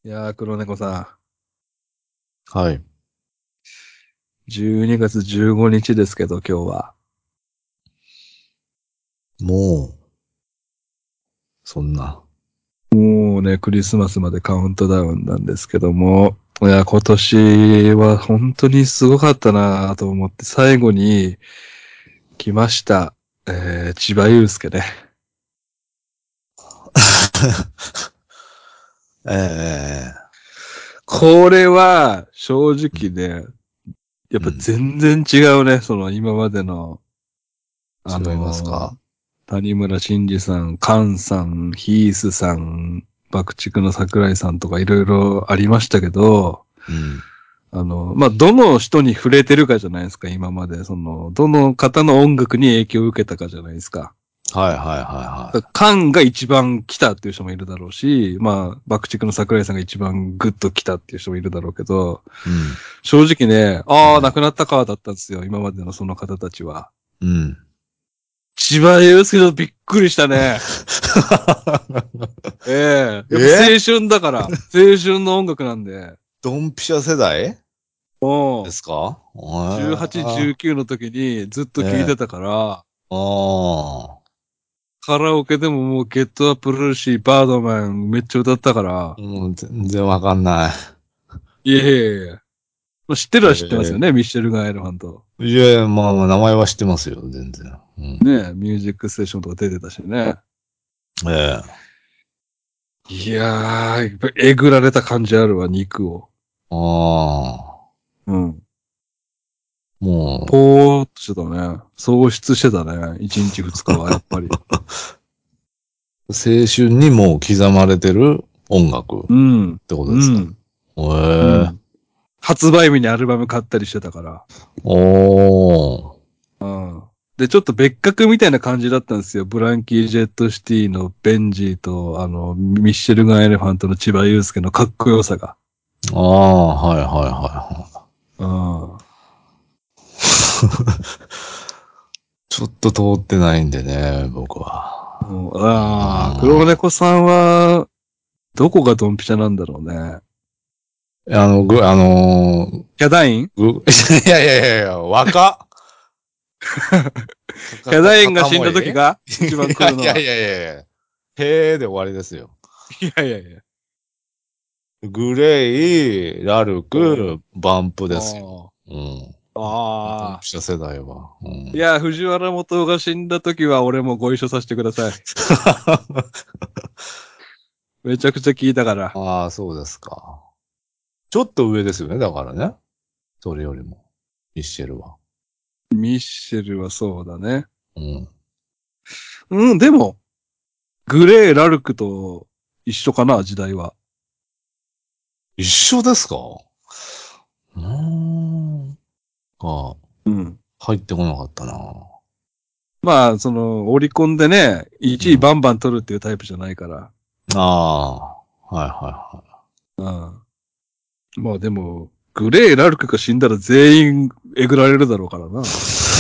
いやー、黒猫さはい。 ん。12月15日ですけど、今日は。 もう、そんな。 もうね、クリスマスまでカウントダウンなんですけども、いや、今年は本当にすごかったなと思って、最後に来ました。千葉雄介ね。 ええこれは、正直ね、やっぱうん。 全然違うね、その今までの、あ違いますのか？ 谷村新司さん、菅さん、ヒースさん、爆竹の桜井さんとかいろいろありましたけど、 うん。 どの人に触れてるかじゃないですか、今まで。どの方の音楽に影響を受けたかじゃないですか。 はいはいはいは菅が一番来たっていう人もいるだろうし、爆竹の桜井さんが一番グッと来たっていう人もいるだろうけど、 い。うん。 正直ね、ああ、亡ええくなったかだったんですよ、今までのその方たちは。 うん。 千葉雄介とびっくりしたね。ええやっぱえ青春だから、青春の音楽なんで、 ドンピシャ世代でもすか？ う、18、19の時にずっと聴いてたから、 ああ。 カラオケでももうゲットアップルーシー、バードマンめっちゃ歌ったから、 もう全然わかんない。 いえいえいえ。知ってるは知ってますよね、 えミッシェルガン・エレファント。 いや、まあまあ、名前は知ってますよ、全然。うん。 ね、ミュージックステーションとか出てたしね。 ええいやー、やっぱえぐられた感じあるわ、肉を。 ああ。 うん。 もぽーっとしてたね。喪失してたね。1日2日は、やっぱり。 う、青春にもう刻まれてる音楽っうん。 てことですか？ うん。 へえ。 うん。発売日にアルバム買ったりしてたから。 おー。 うん。で、ちょっと別格みたいな感じだったんですよ。ブランキー・ジェット・シティのベンジーと、ミッシェルガン・エレファントの千葉雄介のかっこよさが。 ああ、はいはいはいはうん。 い。ちょっと通ってないんでね、僕は。 ああ、黒あ猫さんは、どこがドンピシャなんだろうね。 あ。 ヒャダインいやいやいやいや、若っ。 ヒャダインが死んだ片思いい時が一番来るのは。 やいやいやいやいや。へーで終わりですよ。 いやいやいや。 グレイ、ラルおク、バンプですよ。 あうん。 あ。ああ。 ドンピシャ世代は。うん。 いや、藤原元が死んだ時は俺もご一緒させてください。めちゃくちゃ聞いたから。 ああ、そうですか。ちょっと上ですよね、だからね。それよりも。ミッシェルは。 ミッシェルはそうだね。 うん。 うん、でも、グレー・ラルクと一緒かな、時代は。 一緒ですか？うーん。か、 うん。 入ってこなかったな。 オリコンでね、1位うん。 バンバン取るっていうタイプじゃないから。 ああ、はいはうん。まあでも、グレー・ラルクが死んだら全員えぐられるだろうからな。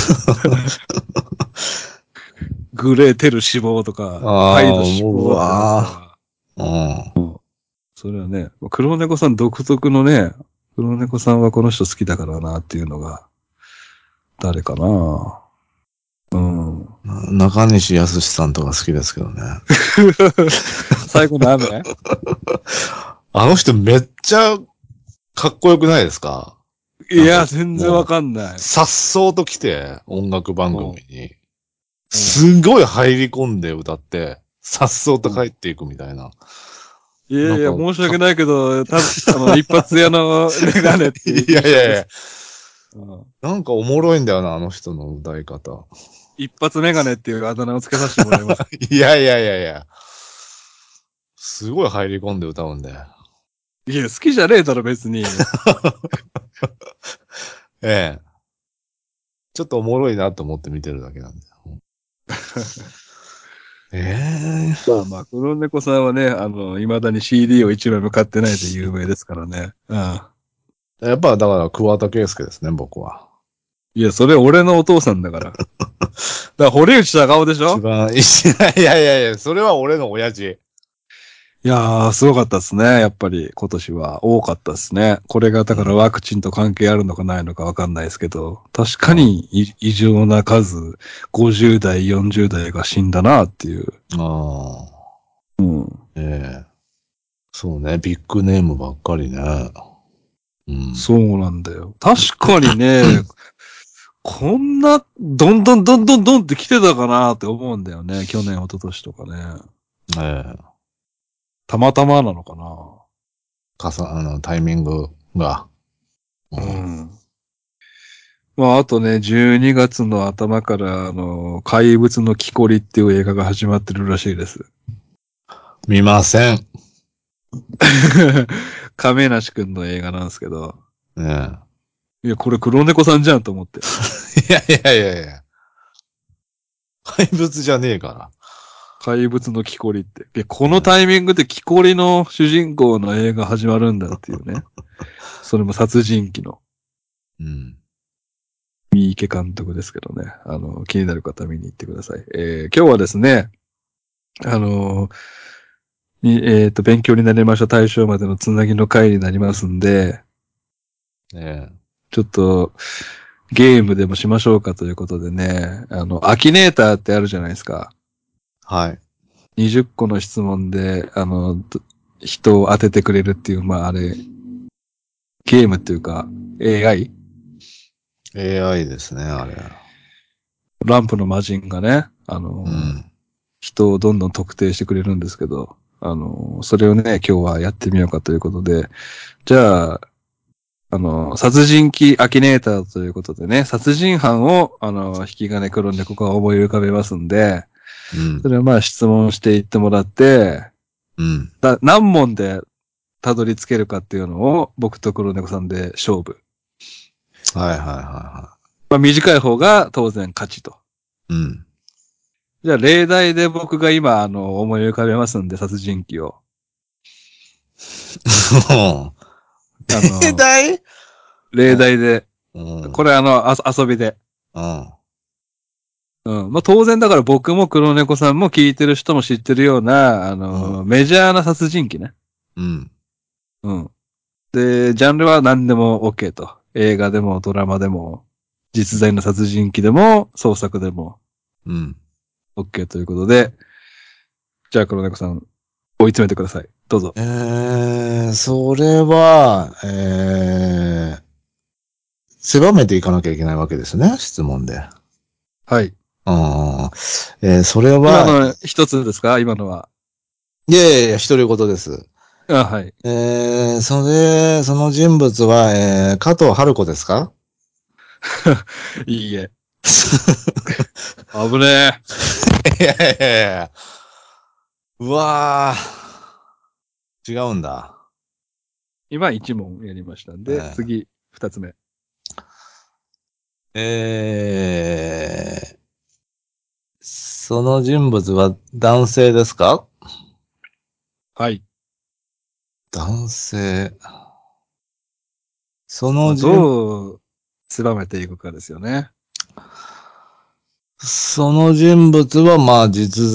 グレー・テル死亡といはい。 か、ハイドああ、 死もう、う亡ってなったわら、 あ。 それはね、黒猫さん独特のね、黒猫さんはこの人好きだからなっていうのが、誰かな。うん。 うん。中西康さんとか好きですけどね。 最後の雨あの人めっちゃかっこよくないですか？なんか、 いや、全然わもう、 かんない。 颯爽と来て、音楽番組うん。 に。 うん。 すごい入り込んで歌って、颯爽とうん。 帰っていくみたいな。 いやいや、 なんか、 申し訳ないけど、一発屋のメガネっていういやい印象です。 やいや、 うん。 なんかおもろいんだよな、あの人の歌い方。 一発メガネっていうあだ名をつけさせてもらいます。 いやいやいやいや、すごい入り込んで歌うんで。 いや、好きじゃねえだろ、別に。 ええ。ちょっとおもろいなと思って見てるだけなんで。ええ。 黒猫さんはね、未だに CD を一枚も買ってないで有名ですからね。うん。 やっぱ、だから、桑田佳祐ですね、僕は。 いや、それ俺のお父さんだから。だから堀内孝雄でしょ一番、いやいやいやいや、それは俺の親父。 いやー、すごかったですね。やっぱり今年は多かったですね。これがだからワクチンと関係あるのかないのかわかんないですけど、確かあに異常な数、50代、40代が死んだなっていう。 あ、 うん。 ええ、そうね、ビッグネームばっかりね。うん。 そうなんだよ。確かにね、こんな、どんどんどんどんどんって来てたかなって思うんだよね。去年、一昨年とかね。 ええ、 たまたまなのかな。 タイミングが。ううん。 ん。まあ、あとね、12月の頭から、怪物の木こりっていう映画が始まってるらしいです。 見ません。 亀梨くんの映画なんですけど、 ねいや、これ黒猫さんじゃんと思って。 え。いやいやいやいや。怪物じゃねえか怪物の木こりって。いや、このら。 タイミングで木こりの主人公の映画始まるんだっていうね。それも殺人鬼のうん。 三池監督ですけどね。気になる方は見に行ってください。今日はですね、あの、勉強になりました大正までのつなぎの回になりますんで、 ねちょっとゲームでもしましょうかということでね、アキネーターってあるじゃないですか。 はい。 20個の質問で、人を当ててくれるっていう、まああれ、ゲームっていうか、AI? AI ですね、あれ。 ランプの魔人がね、 うん。 人をどんどん特定してくれるんですけど、それをね、今日はやってみようかということで、じゃあ、殺人鬼アキネーターということでね、殺人犯を、引き金黒んでここは思い浮かべますんで、 うん。 それをまあ質問していってもらって、 うん。 何問でたどり着けるかっていうのを僕と黒猫さんで勝負。 はいはいはいはまあ短い方が当然勝ちと。 い。うん。 じゃあ例題で僕が今思い浮かべますんで殺人鬼を。あ例の、 題例題で。 うん。 これ遊びで。 うん。 うん。まあ、当然だから僕も黒猫さんも聞いてる人も知ってるような、 うん。 メジャーな殺人鬼ね。 うん。 うん。で、ジャンルは何でも OK と。映画でもドラマでも、実在の殺人鬼でも、創作でもうん。 OK ということで、じゃあ黒猫さん、追い詰めてください。どうぞ。 それは、狭めていかなきゃいけないわけですね、質問で。 はい。 うん。それは、 今の一つですか今のは。 いやいやいや、独り言です。 あ、はい。 その人物は、加藤春子ですか？ いいえ。危ねえ。 いやいやいや。うわー、違うんだ。 今一問やりましたんで、 え次、二つ目。 えその人物は男性ですか？ はい。 男性。そまあ、 の人、 どう、狭めていくかですよね。 その人物は、まあ、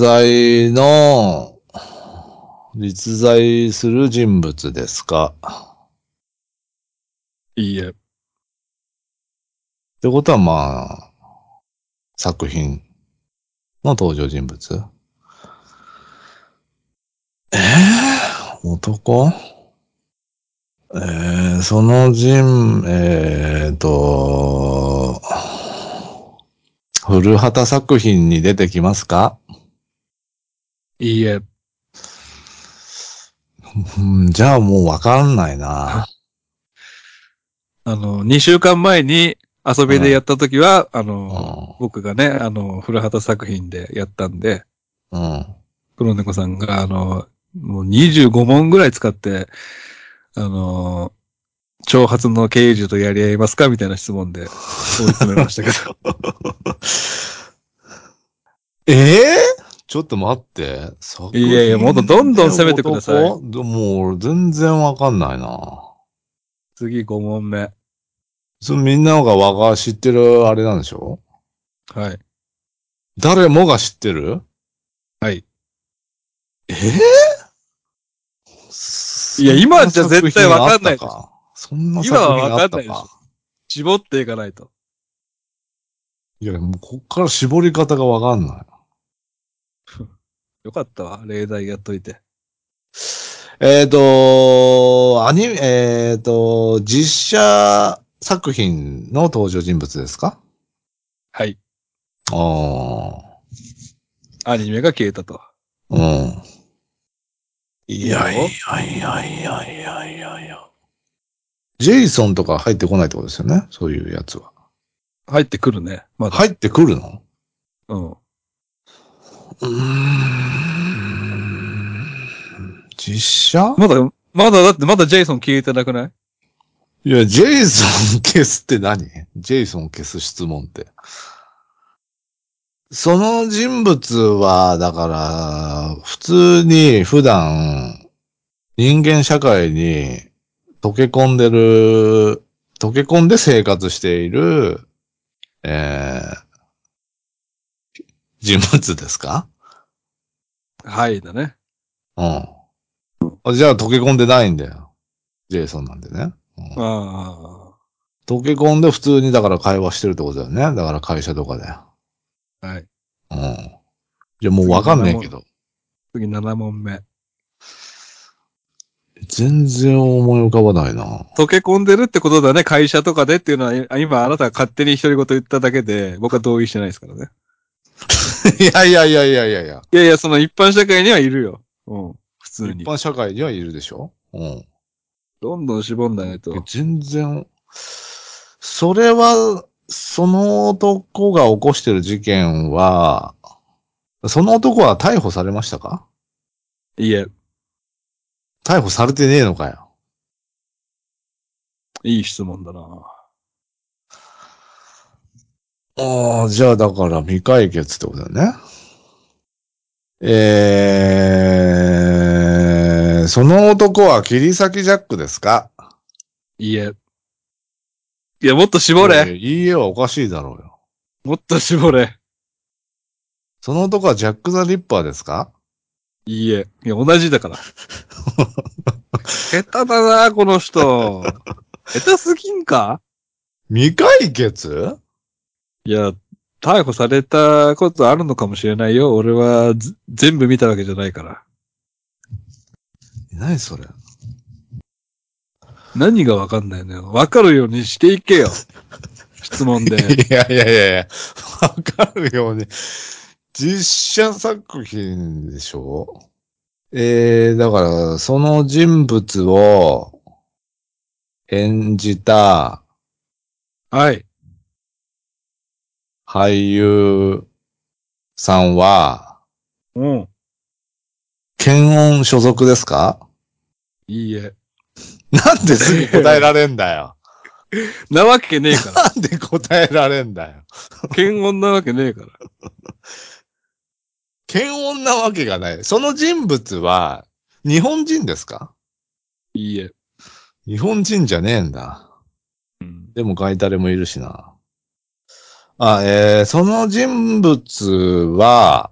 実在する人物ですか？ いいえ。 ってことは、まあ、作品の登場人物。男。その人、古畑作品に出てきますか？ いいえ。 うん、じゃあもうわかんないな。 2週間前に遊うん、 びでやった時は、 うん、 僕がね、古畑作品でやったんで、 うん。 黒猫さんが、もう25問ぐらい使って、あの、挑発の刑事とやり合いますかみたいな質問で追い詰めましたけど。 ええちょっと待って。 い作やいや、もっとど品でんどん攻めてください。 もう俺全然わかんないな。 次5問目。 みんなが知ってるあれなんでしょ？ はい。 誰もが知ってる？ はい。 ええいや、今じゃ絶対わかんないでしょ。 そんな今は作品あわったか。 かんないでしょ。絞っていかないと。 いや、もうこっから絞り方がわかんない。 よかったわ。例題やっといて。 実写作品の登場人物ですか？ はい。 ああ、 アニメが消えたと。 うん。いいいやいよ。 やいやいやいやいやいや。ジェイソンとか入ってこないってことですよね。そういうやつは。 入ってくるね。まだ。 入ってくるの？ うん。 実写？ だってまだジェイソン消えてなくない？ いや、ジェイソン消すって何？ジェイソン消す質問って。その人物は、だから、普通に普段、人間社会に溶け込んでる、溶け込んで生活している、え人物ですか？ はいだね。 うん。じゃあ溶け込んでないんだよ。ジェイソンなんでね。うん、 あ溶け込んで普通にだから会話してるってことだよね。だから会社とかで。 あ。はい。 うん。じゃあもう次わかん 7問。 ねえけど。 次7問目。 全然思い浮かばないな。 溶け込んでるってことだね。会社とかでっていうのは、今あなたが勝手に独り言言っただけで、僕は同意してないですからね。 いやいやいやいやいやいや。 いやいや、その一般社会にはいるよ。うん。普通に。 一般社会にはいるでしょ？うん。 どんどん絞んないと。 全然、それは、その男が起こしてる事件は、その男は逮捕されましたか？ いえ、 逮捕されてねえのかよ。 いい質問だな。 ああ、じゃあだから未解決ってことだよね。その男は切り裂きジャックですか？ いえ。いや、もっと絞れ。 いやいや、いいえはおかしいだろうよ。 もっと絞れ。 その男はジャック・ザ・リッパーですか？ いいえ。いや、同じだから。下手だな、この人。下手すぎんか？ 未解決？ いや、逮捕されたことあるのかもしれないよ。俺は全部見たわけじゃないから。 何それ？ 何がわかんないのよ。わかるようにしていけよ。質問で。 いやいやいやいや、わかるように。実写作品でしょ？だから、その人物を演じたはい。 俳優さんは、 うん。 検温所属ですか？ いいえ。 なんですぐ答えられんだよ。 なわけねえから。 なんで答えられんだよ。 検温なわけねえから。 検温なわけがない。その人物は、日本人ですか？ いいえ。 日本人じゃねえんだ。 うん。 でもガイタレもいるしな。その人物は、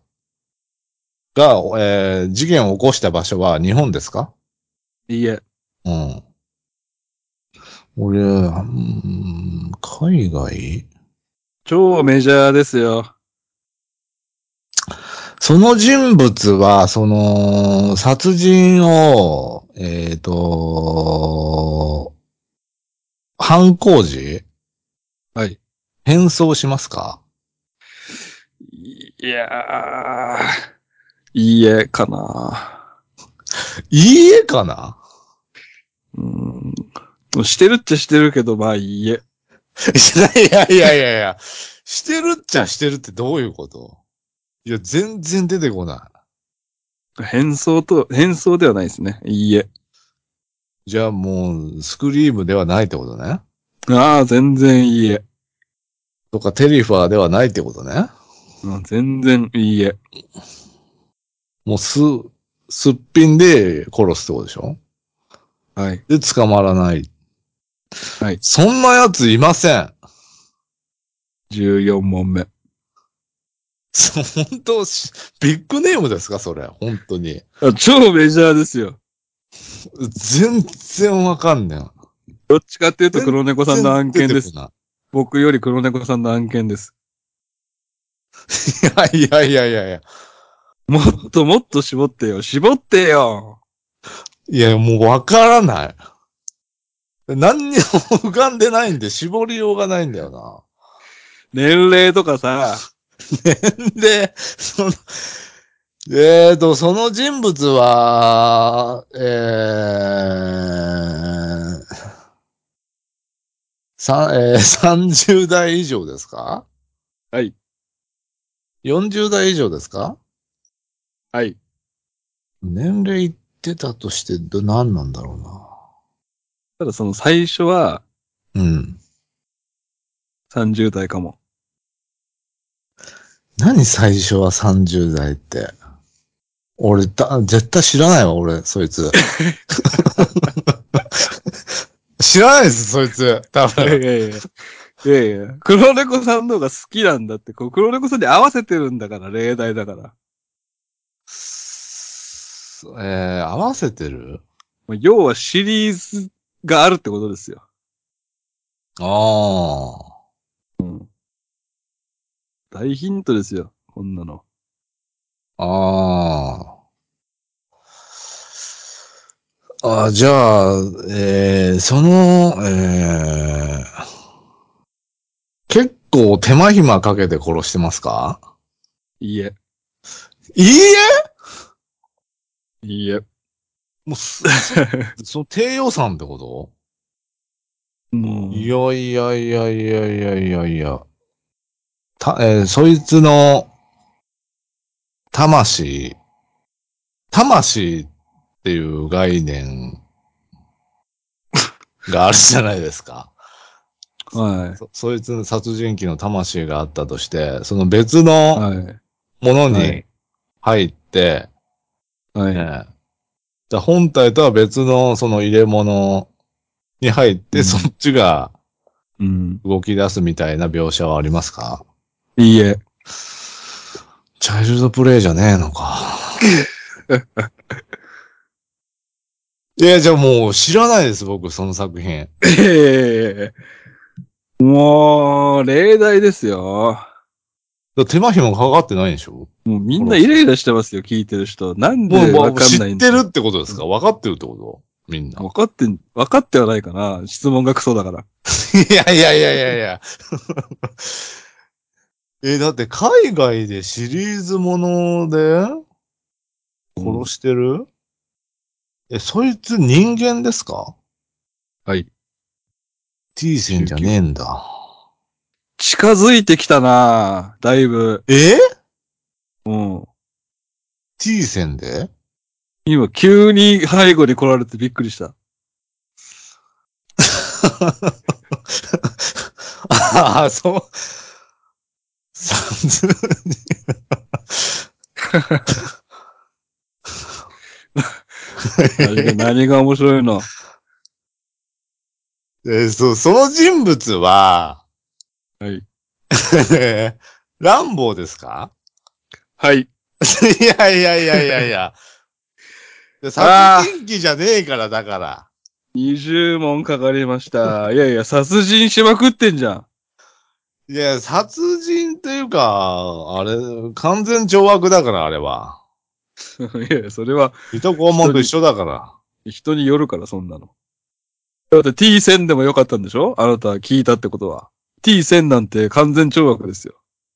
事件を起こした場所は日本ですか？ いいえ。 うん。俺、海外？ 超メジャーですよ。 その人物は、殺人を、犯行時、 はい。 変装しますか？ いやー、いいえかな。 いいえかな？ してるっちゃしてるけど、まあいいえ。 いやいやいやいや、してるっちゃしてるってどういうこと？いや、全然出てこない。 変装ではないですね。いいえ。 じゃあもう、スクリームではないってことね。 ああ、全然いいえ。 とか、テリファーではないってことね。 うん、全然いいえ。 もうすっぴんで殺すってことでしょ？ はい。 で、捕まらない。 はい。 そんなやついません。 14問目。 本当ビッグネームですかそれ。本当に。 超メジャーですよ。 全然わかんねん。 どっちかっていうと黒猫さんの案件です。 全然出てこな僕より黒猫さんの案件です。 い。いやいやいやいやいや。 もっともっと絞ってよ。絞ってよ。 いや、もうわからない。何にも浮かんでないんで、絞りようがないんだよな。 年齢とかさ、 で、その人物は、30代以上ですか？ はい、 40 代以上ですか？ はい。 年齢言ってたとして何なんだろうな。 ただその最初はうん。 30代かも。 何最初は30代って。俺絶対知らないわ、俺、そいつ。知らないです、そいつ。多いやい分。 やいや。いやいや、黒猫さんの方が好きなんだって、こう黒猫さんに合わせてるんだから、例題だから。 合わせてる。 まあ要はシリーズがあるってことですよ。 あ大ヒントですよ、こんなの。 あ。ああ。あ、じゃあ、結構手間暇かけて殺してますか？ いいえ、 いいえ。 いいえ。 もうその低予算ってこと？いもやいやいやいやいやいやいや。そいつの魂、魂っていう概念があるじゃないですか。 う、はい、 そいつの殺人鬼の魂があったとして、その別のはい、 ものにはい、 入って、 はい。 ね、本体とは別のその入れ物に入って、そうん、 っちがうん。 動き出すみたいな描写はありますか？ いいえ。 チャイルドプレイじゃねえのか。いや、じゃあもう知らないです、僕、その作品。 ええ、もう、例題ですよ。 手間暇かかってないんでしょ？ もうみんな殺す。 イライラしてますよ、聞いてる人。なんもう、 でわかんもう知っないんだ。 てるってことですか？分かってるってことみんな。 わかってはないかな。質問がクソだから。 いやいやいやいやいや。だって海外でシリーズもので殺うん。 してる？そいつ人間ですか？ はい。 T 線じゃね 19。 えんだ。 近づいてきたなだいぶ。 えうん。 T 線で。 今、急に背後に来られてびっくりした。 ああ、そう。さす何が面白いの？ その人物は、 はい。 ランボーですか？ はい。 いやいやいやいやいや。殺ああ、 人鬼じゃねえから、だから。 20問かかりました。いやいや、殺人しまくってんじゃん。 いや、殺人っていうか、あれ、完全懲悪だから、あれは。 いやいや、それは水戸黄門人に、 と一緒だから。 人によるから、そんなの。だって T 線でもよかったんでしょ？あなた聞いたってことは。T 線なんて完全懲悪ですよ。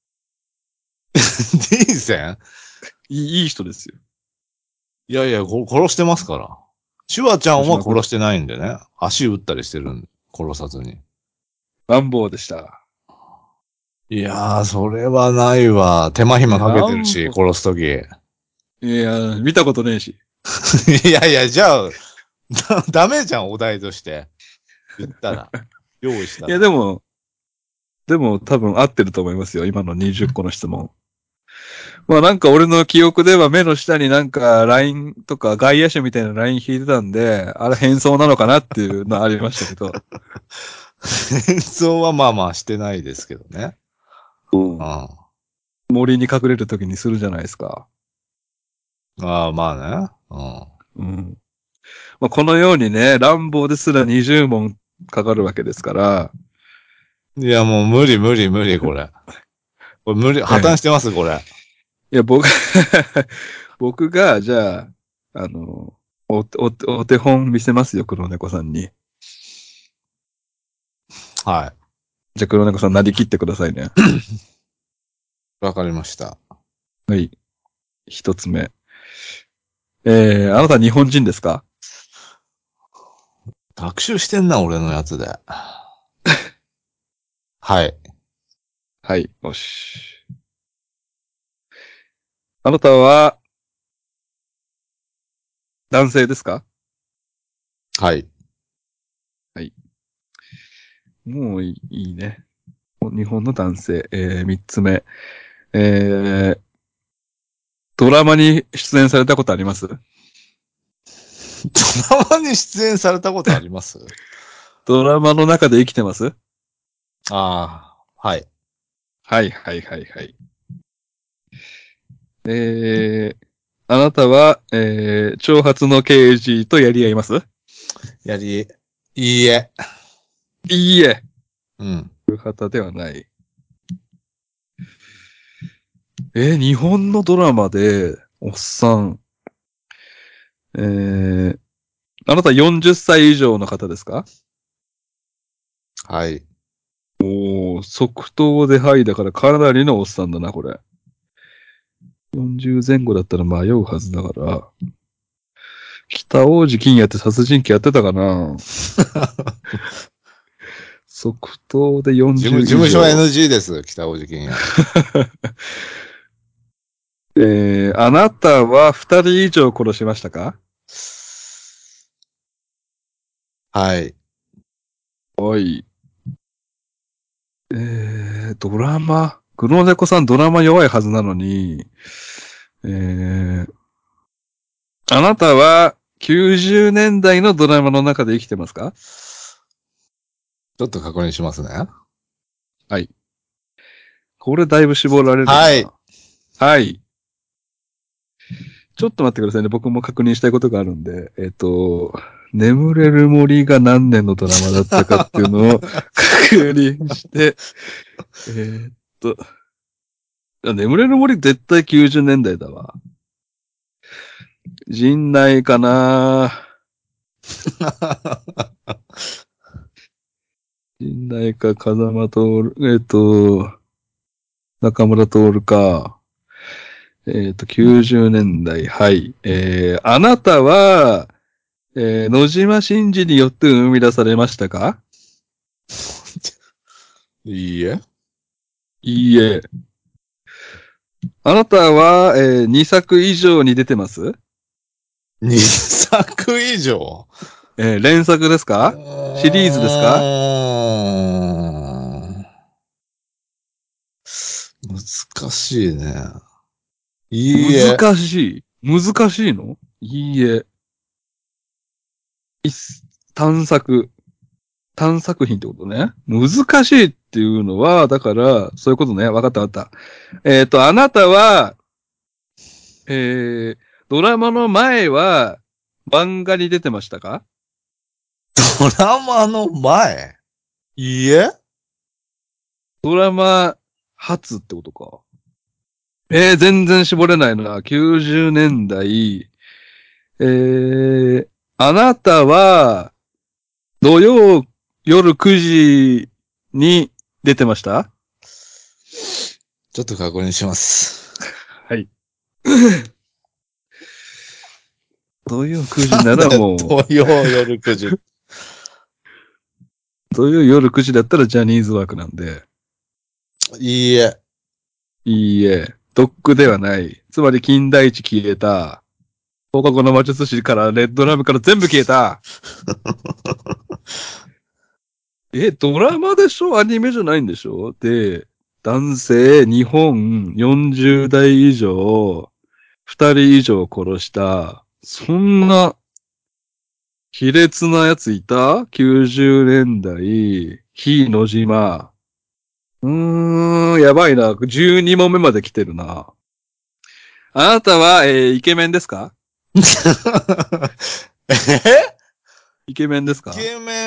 T 線。 いい人ですよ。 いやいや、殺してますから。シュワちゃんはしまくっ殺してないんでね。足打ったりしてるんで、殺さずに。 乱暴でした。 いやー、それはないわ。手間暇かけてるし、 乱暴。 殺すとき。いいや、見たことねえし。 やいや、じゃあ、ダメじゃん、お題として。言ったら。用意したいや、 ら。 でも多分合ってると思いますよ。今の20個の質問。まあなんか俺の記憶では目の下になんかラインとか外野手みたいなライン引いてたんで、あれ変装なのかなっていうのありましたけど。 変装はまあまあしてないですけどね。 うん。 うん。 森に隠れる時にするじゃないですか。 ああ、まあね。うん。 うん。 まあ、このようにね、乱暴ですら20問かかるわけですから。 いや、もう無理、これ。これ無理、破綻してます、これ。 いや、僕が、じゃあ、あの、お手本見せますよ、黒猫さんに。 はじゃあ、黒猫さんなりきってくださいね。 い。わかりました。 はい。一つ目。あなた日本人ですか？ 学習してんな、俺のやつで。はい。 はい。よし。あなたは男性ですか？ はい。 はい。もういいね。日本の男性。三つ目。えー、ドラマに出演されたことあります？ ドラマに出演されたことあります？ ドラマの中で生きてます？ ああ、はい。 はい、はい、はい、はい。えー、あなたは、長髪の刑事とやり合います？ いいえ。 いいえ。 うん。 古畑ではない。日本のドラマで、おっさん、えー、あなた40歳以上の方ですか？ はい。 おー、即答ではいだからかなりのおっさんだな、これ。40前後だったら迷うはずだから。北大路欣也って殺人鬼やってたかな？即答で40以事務所上。 NG です、北大路欣也。 あなたは2人以上殺しましたか？ はい。 はい。ドラマ黒猫さんドラマ弱いはずなのに、えー、あなたは90年代のドラマの中で生きてますか？ ちょっと確認しますね。 はい。これだいぶ絞られるはい。 な。はい。ちょっと待ってくださいね。僕も確認したいことがあるんで。眠れる森が何年のドラマだったかっていうのを確認して、えーっと、眠れる森絶対90年代だわ。陣内かな？陣内か風間徹、中村徹か。90年代、はい。あなたは、野島真司によって生み出されましたか？ いいえ。 いいえ。あなたは、2作以上に出てます？ 2作以上。 連作ですうか？シリーズですか？ ーん。難しいね。いいえ。 難しい。難しいの？いいえ。一探索。探索品ってことね。難しいっていうのは、だから、そういうことね。わかったわかった。あなたは、えー、ドラマの前は、漫画に出てましたか？ ドラマの前。いいえ。 ドラマ初ってことか。全然絞れないな。90年代。えー、あなたは、土曜夜9時に出てました？ ちょっと確認します。 はい。土曜9時ななんだよ、 らも土曜夜9時。 う、土曜夜9時だったらジャニーズワークなんで、 いいえ。 いいえ、ドックではない。つまり金田一消えた。放課後の魔術師からレッドラムから全部消えた。ドラマでしょ？アニメじゃないんでしょ？で、男性、日本40代以上、2人以上殺した。そんな卑劣なやついた？ 90 年代、非野島。やばいな。12問目まで来てるな。あなたは、イケメンですか？ イケメンですか？ イケメ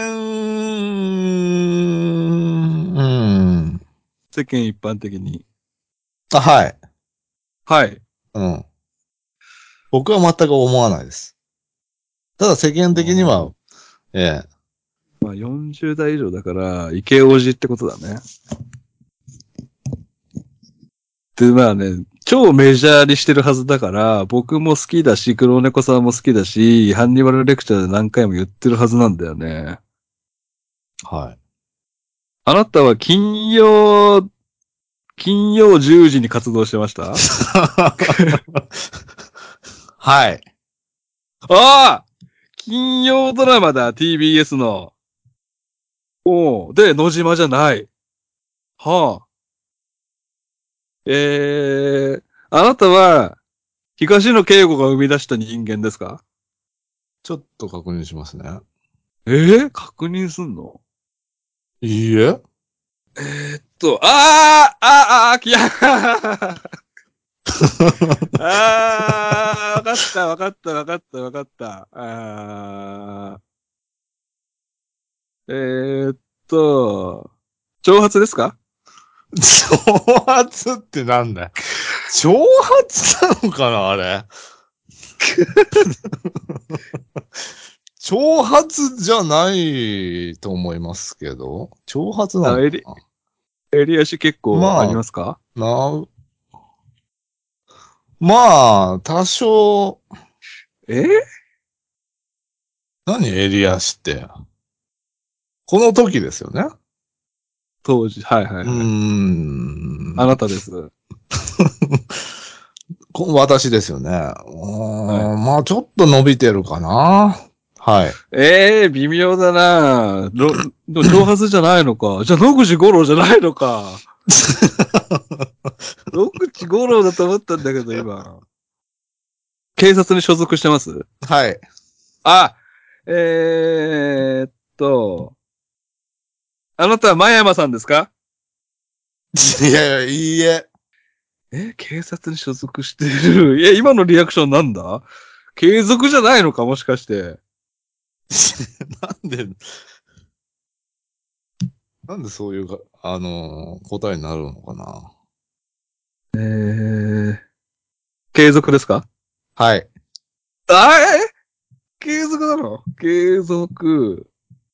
ン、 世間一般的に。 あ、はい。 はい。 うん。僕は全く思わないです。ただ世間的には、 おーええ。 まあ40代以上だから、イケオジってことだね。で、まあね、超メジャーにしてるはずだから、僕も好きだし、黒猫さんも好きだし、ハンニバルレクチャーで何回も言ってるはずなんだよね。 はい。 あなたは金曜10時に活動してました？ はい。 ああ金曜ドラマだ、TBS の。おうで、野島じゃない。はあ。あなたは、東野圭吾が生み出した人間ですか？ ちょっと確認しますね。 確認すんの？ いいえ。 いや、わかった、わかった、わかった、わかった。ーっと、挑発ですか？ 挑発ってなんだよ。挑発なのかなあれ。挑発じゃないと思いますけど。挑発なあ、 のかな。 襟足結構ありまますか？ あ、まあ、多少、 え何襟足って。この時ですよね。 当時、はいはいうーはい。あなん。 たです。 私ですよね。 はい。 まあ、ちょっと伸びてるかな。はい。 微妙だな挑発じゃないのか。じゃあ野口五郎じゃないのか。野口五郎だと思ったんだけど、今。警察に所属してます？ はい。 あ、えーっと、あなたは真山さんですか？ いやいや、いいえ。 警察に所属してる。今のリアクションなんだ？継続じゃないのかもしかして。 なんで、なんでそういうか、答えになるのかな。 えー、継続ですか？ はい。 あ継続なの？継続。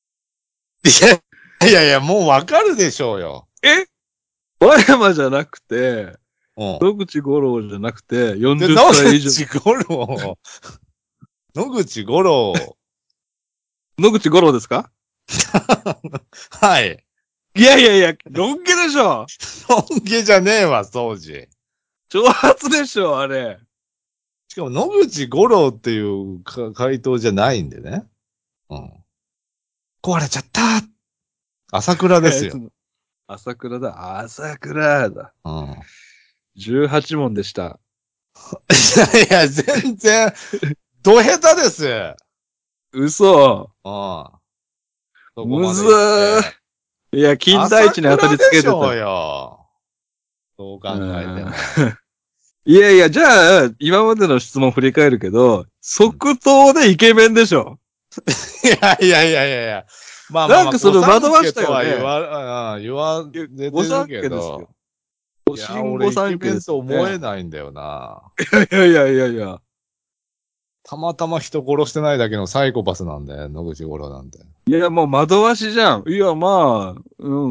いやいや、もうわかるでしょうよ。 え和山じゃなくて、 うん。 野口五郎じゃなくて、 で、 40 野歳以上。 口五郎、野口五郎、 野口五郎ですか？ はい。 いやいやいや、ロン毛でしょ。 ロン毛じゃねえわ、当時。 挑発でしょ、あれ。 しかも野口五郎っていう回答じゃないんでね。うん。壊れちゃった。朝倉ですよ。 朝倉だ。朝倉だ。 うん。 18問でした。 いやいや、全然、ど下手です。 嘘。 うん。そこむずまで言っー。 て。 いや、金田朝一に当たりつ倉でしょうけてた。 よ。そう考うえてん。 も。 いやいや、じゃあ、今までの質問振り返るけど、 うん、 即答でイケメンでしょ。 いやいやいやいやいや。まあまあまあ、 なんかそ御れ惑わし三家とたよね。 は言われてる御三けど、 家ですよ。 いや、 新御俺イケ三家ですメンとよね。 思えないんだよな。 いやいやいやいや。 たまたま人殺してないだけのサイコパスなんだよ、野口五郎なんて。 いや、もう惑わしじゃん。いや、まあ、うん、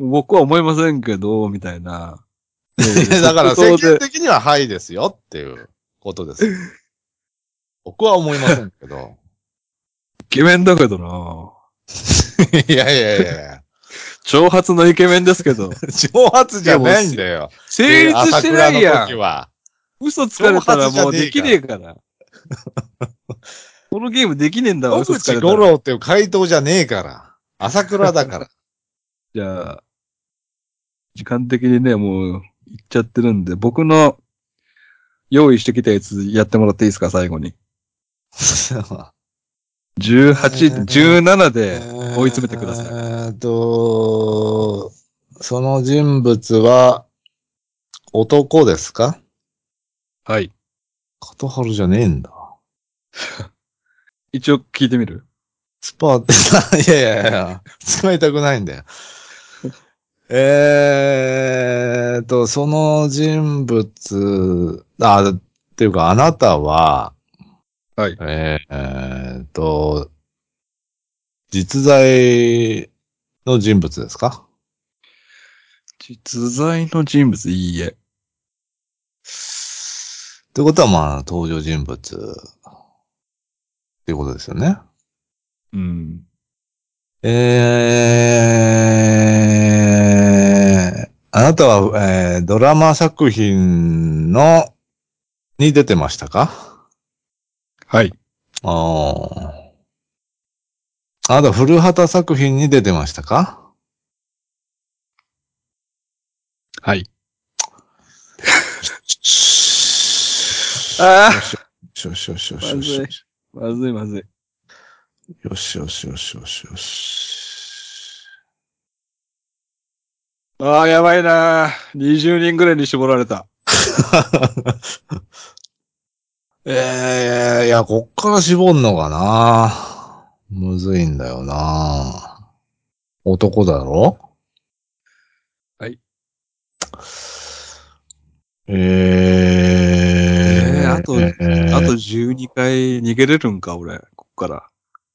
僕は思いませんけど、みたいな。 いや、だか即ら世答で、 間的にははいですよっていうことですよ。僕は思いませんけど。 イケメンだけどな。 いやいやいやいや。 長髪のイケメンですけど。 挑発いや、 じゃないんだよ。 成で、 立してな朝倉のいやん。 時は。 嘘つかれたら挑発じゃもうできねえから。 ねえから。このゲームできねえんだわ、 野嘘つか口五れたら。 郎っていう回答じゃねえから。朝倉だから。 じゃあ、時間的にね、もう、いっちゃってるんで、僕の用意してきたやつやってもらっていいですか、最後に。18、17で追い詰めてください。 その人物は男ですか？ はい。 カトハルじゃねえんだ。 一応聞いてみる？ スパー、いやいやいや、使いたくないんだよ。その人物、っていうか、あなたは、 はい。 実在の人物ですか？ 実在の人物、いいえ。 ってことは、まあ、登場人物っていうことですよね。 うん。 あなたは、ドラマ作品に出てましたか？ はい。 あーあなたは古畑作品に出てましたか？ はい。 よしああ、 よしよしよしまずい。 よしよしまずいまずい。 よしよしよしよしよし。 ああ、やばいな。20人ぐらいに絞られた。 いや、こっから絞んのかな。むずいんだよな。男だろ？ はい。 えあとー、 12回逃げれるんか、俺。こっから。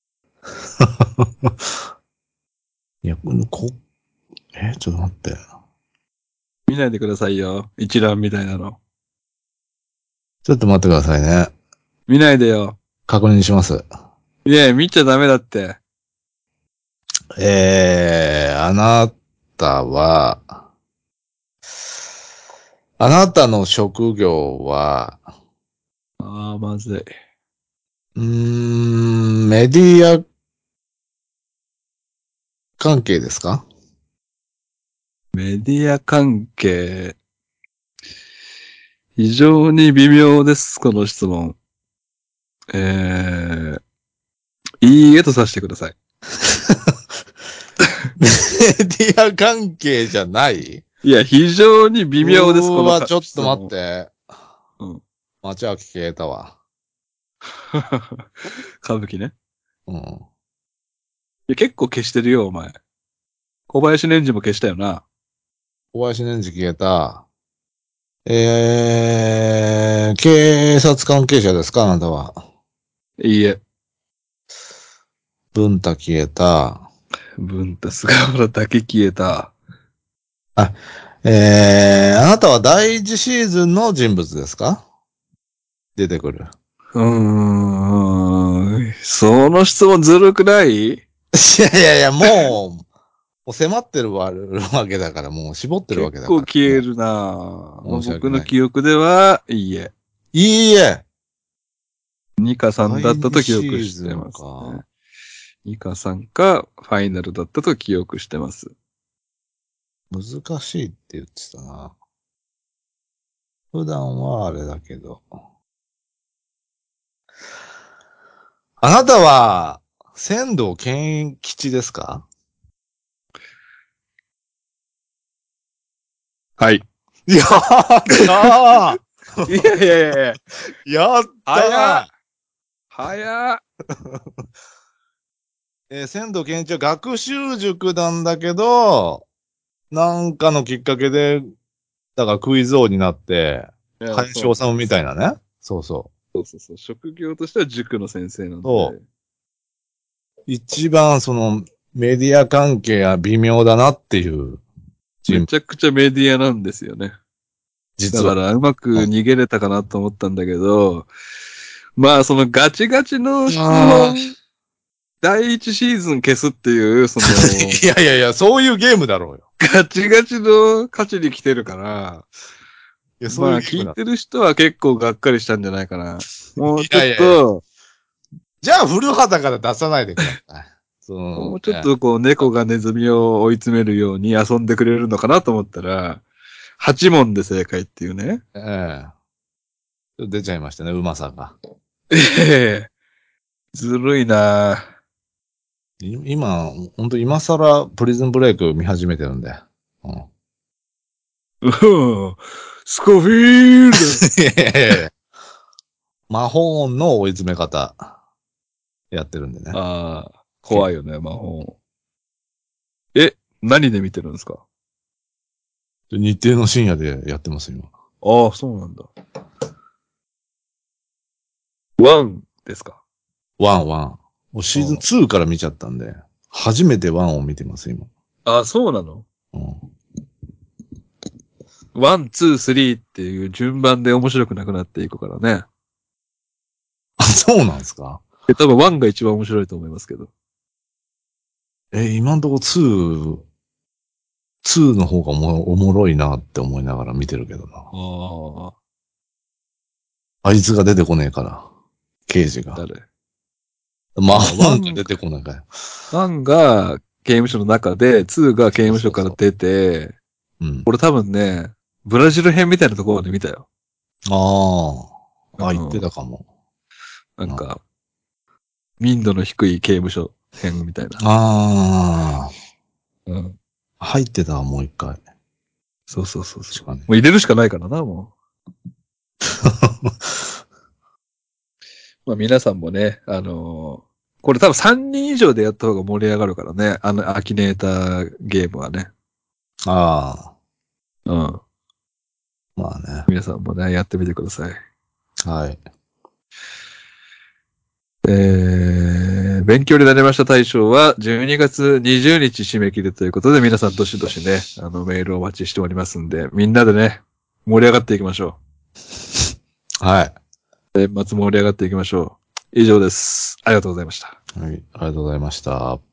いや、ちょっと待って。 見ないでくださいよ。一覧みたいなの。 ちょっと待ってくださいね。 見ないでよ。 確認します。 いや、見ちゃダメだって。 あなたは、あなたの職業は、 ああ、まずい。 メディア関係ですか？ メディア関係。非常に微妙です、この質問。えいいえとさせてください。 メディア関係じゃない？ いや、非常に微妙です、このちょっと待っ質問。 て。 うん。 町脇消えたわ。 歌舞伎ね。 うん。 いや、結構消してるよ、お前。小林年次も消したよな。 小林年次消えた。警察関係者ですか、あなたは。 いいえ。 文太消えた。 文太菅原だけ消えた。 あ、あなたは第一シーズンの人物ですか？出てくる。 その質問ずるくない？ いやいやいや、もう迫ってるわけだから、もう絞ってるわ結けだから。 構消えもるな。 申し訳僕のない。 記憶では、いいえ。 いいえ。 ニカさんだ第ったと記二シ憶してーズンますね。 か。 ニカさんか、ファイナルだったと記憶してます。 難しいって言ってたな。普段はあれだけど。あなたは、仙道健吉ですか？ はい。 やったいやいやいやいや、 ーやった早っ早っ。 仙道健一は学習塾なんだけど、なんかのきっかけで、だからクイズ王になって、 いや、 林そうなん修みたです。 いなね。そうそそうそうそう。職業としては塾の先生なう。 んで。 そう。一番メディア関係は微妙だなっていう人物、 めちゃくちゃメディアなんですよね。だ実は。 から、うまくうん。 逃げれたかなと思ったんだけど、まあ、そのガチガチの質あ問、第一シーズン消すっていう、 いやいやいや、そういうゲームだろうよ。 ガチガチの勝ちに来てるから、 いや、そういまあ、 うゲームだ。 聞いてる人は結構がっかりしたんじゃないかな。もうちょっいやいやいや。 と、 じゃあ、古畑から出さないでください。 もうちょっとこう、猫がネズミを追い詰めるように遊んでくれるのかなと思ったら、8問で正解っていうね。 え出ちゃいましたね、うまさが。 ええ、ずるいな。 今、本当今更プリズンブレイク見始めてるんで。うん。 うん。スコフィールド。 いやいやいや魔法の追い詰め方。 やってるんでね。 ああ、怖いよね、魔法。え、何で見てるんですか？ 日程の深夜でやってます、今。 ああ、そうなんだ。ワンですか？ ワン。もうシーズンうん。 2から見ちゃったんで、初めてワンを見てます、今。 ああ、そうなの？ うん。 ワン、ツー、スリーっていう順番で面白くなくなっていくからね。 あ、そうなんですか？ 多分ワンが一番面白いと思いますけど。 今んとこ2の方がおもろいなって思いながら見てるけどな。 ああ、 あいつが出てこねえから。刑事が。 誰？ 魔ああ、ワ法がン、 出てこないから。 ワンが刑務所の中で、ツーが刑そう務所そうそから出て、 う。うん。 俺多分ね、ブラジル編みたいなところで見たよ。 言ってうん。 たかも。うん、 なんか、民度の低い刑務所編みたいな。 あうん。 入ってたわ、もう一回。 そうそうそうそう。 確かね。 もう入れるしかないからな、もう。まあ皆さんもね、これ多分3人以上でやった方が盛り上がるからね。アキネーターゲームはね。 ああ、 うん。 まあね。 皆さんもね、やってみてください。 はい。 勉強になりました大賞は12月20日締め切りということで、皆さんどしどしね、メールをお待ちしておりますんで、みんなでね、盛り上がっていきましょはい。 う。年末盛り上がっていきましょう。以上です。ありがとうございました。 はい。ありがとうございました。